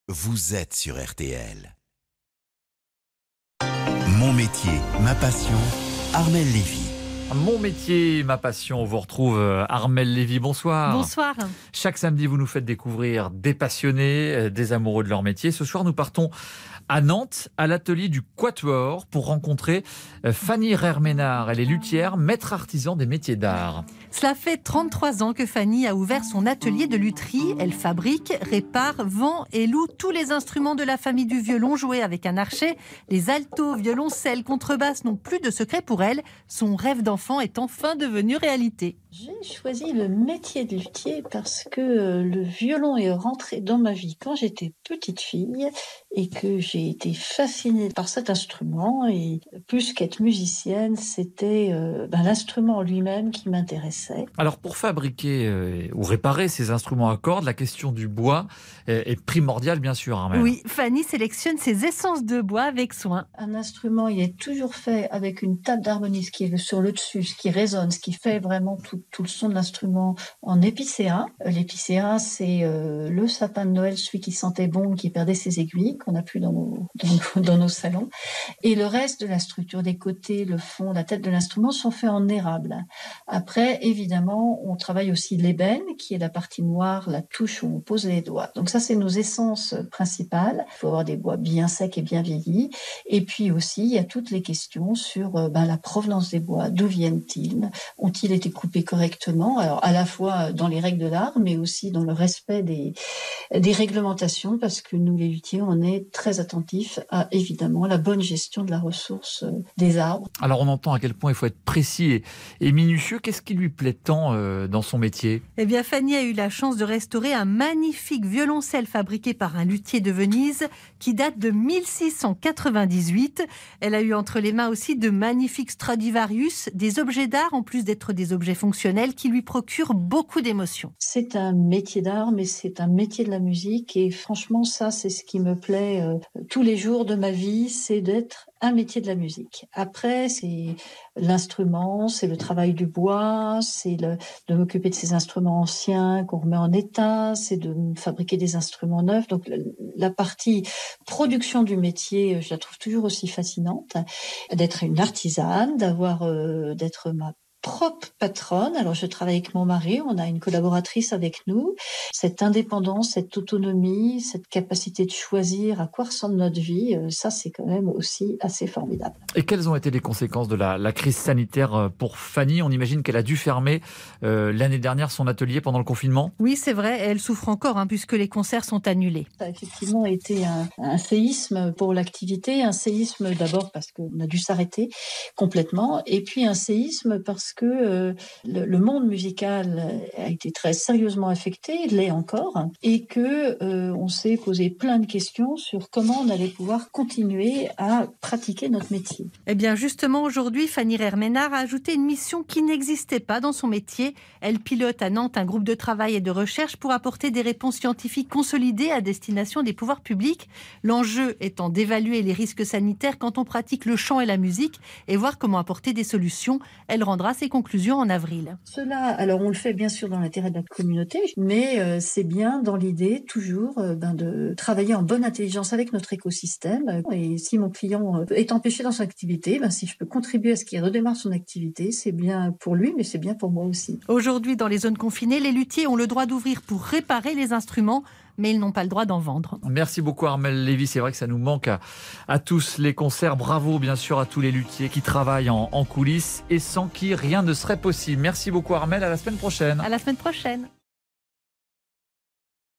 Vous êtes sur RTL. Mon métier, ma passion, Armelle Lévy. Mon métier, ma passion, on vous retrouve Armelle Lévy, bonsoir. Bonsoir. Chaque samedi, vous nous faites découvrir des passionnés, des amoureux de leur métier. Ce soir, nous partons à Nantes, à l'atelier du Quatuor, pour rencontrer Fanny Rerménard. Elle est luthière, maître artisan des métiers d'art. Cela fait 33 ans que Fanny a ouvert son atelier de lutherie. Elle fabrique, répare, vend et loue tous les instruments de la famille du violon joués avec un archet. Les altos, violoncelles, contrebasses n'ont plus de secret pour elle. Son rêve d'enfant est enfin devenu réalité. J'ai choisi le métier de luthier parce que le violon est rentré dans ma vie quand j'étais petite fille et que j'ai été fascinée par cet instrument. Et plus qu'être musicienne, c'était l'instrument en lui-même qui m'intéressait. Alors pour fabriquer ou réparer ces instruments à cordes, la question du bois est primordiale bien sûr, Armelle. Oui, Fanny sélectionne ses essences de bois avec soin. Un instrument, il est toujours fait avec une table d'harmonie, ce qui est sur le dessus, ce qui résonne, ce qui fait vraiment tout le son de l'instrument en épicéa. L'épicéa, c'est le sapin de Noël, celui qui sentait bon, qui perdait ses aiguilles, qu'on n'a plus dans nos salons. Et le reste de la structure, des côtés, le fond, la tête de l'instrument, sont faits en érable. Après, évidemment, on travaille aussi l'ébène, qui est la partie noire, la touche où on pose les doigts. Donc ça, c'est nos essences principales. Il faut avoir des bois bien secs et bien vieillis. Et puis aussi, il y a toutes les questions sur la provenance des bois. D'où viennent-ils ? Ont-ils été coupés correctement ? Alors, à la fois dans les règles de l'art, mais aussi dans le respect des réglementations, parce que nous, les luthiers, on est très attentifs à, évidemment, la bonne gestion de la ressource des arbres. Alors on entend à quel point il faut être précis et minutieux. Qu'est-ce qui lui plaît tant dans son métier ? Eh bien, Fanny a eu la chance de restaurer un magnifique violoncelle fabriqué par un luthier de Venise qui date de 1698. Elle a eu entre les mains aussi de magnifiques Stradivarius, des objets d'art en plus d'être des objets fonctionnels qui lui procurent beaucoup d'émotions. C'est un métier d'art, mais c'est un métier de la musique et franchement, ça, c'est ce qui me plaît tous les jours de ma vie, c'est d'être un métier de la musique. Après, c'est l'instrument, c'est le travail du bois, c'est de m'occuper de ces instruments anciens qu'on remet en état, c'est de fabriquer des instruments neufs. Donc la partie production du métier, je la trouve toujours aussi fascinante. D'être une artisane, d'être ma propre patronne. Alors, je travaille avec mon mari, on a une collaboratrice avec nous. Cette indépendance, cette autonomie, cette capacité de choisir à quoi ressemble notre vie, ça, c'est quand même aussi assez formidable. Et quelles ont été les conséquences de la crise sanitaire pour Fanny ? On imagine qu'elle a dû fermer l'année dernière son atelier pendant le confinement. Oui, c'est vrai, elle souffre encore puisque les concerts sont annulés. Ça a effectivement été un séisme pour l'activité. Un séisme d'abord parce qu'on a dû s'arrêter complètement, et puis un séisme parce que le monde musical a été très sérieusement affecté, l'est encore, et que on s'est posé plein de questions sur comment on allait pouvoir continuer à pratiquer notre métier. Eh bien justement, aujourd'hui, Fanny Rerménard a ajouté une mission qui n'existait pas dans son métier. Elle pilote à Nantes un groupe de travail et de recherche pour apporter des réponses scientifiques consolidées à destination des pouvoirs publics. L'enjeu étant d'évaluer les risques sanitaires quand on pratique le chant et la musique et voir comment apporter des solutions. Elle rendra ses conclusions en avril. Cela, alors on le fait bien sûr dans l'intérêt de la communauté, mais c'est bien dans l'idée toujours de travailler en bonne intelligence avec notre écosystème. Et si mon client est empêché dans son activité, si je peux contribuer à ce qu'il redémarre son activité, c'est bien pour lui, mais c'est bien pour moi aussi. Aujourd'hui, dans les zones confinées, les luthiers ont le droit d'ouvrir pour réparer les instruments, mais ils n'ont pas le droit d'en vendre. Merci beaucoup Armelle Lévy, c'est vrai que ça nous manque à tous les concerts. Bravo bien sûr à tous les luthiers qui travaillent en coulisses et sans qui rien ne serait possible. Merci beaucoup Armelle, à la semaine prochaine. À la semaine prochaine.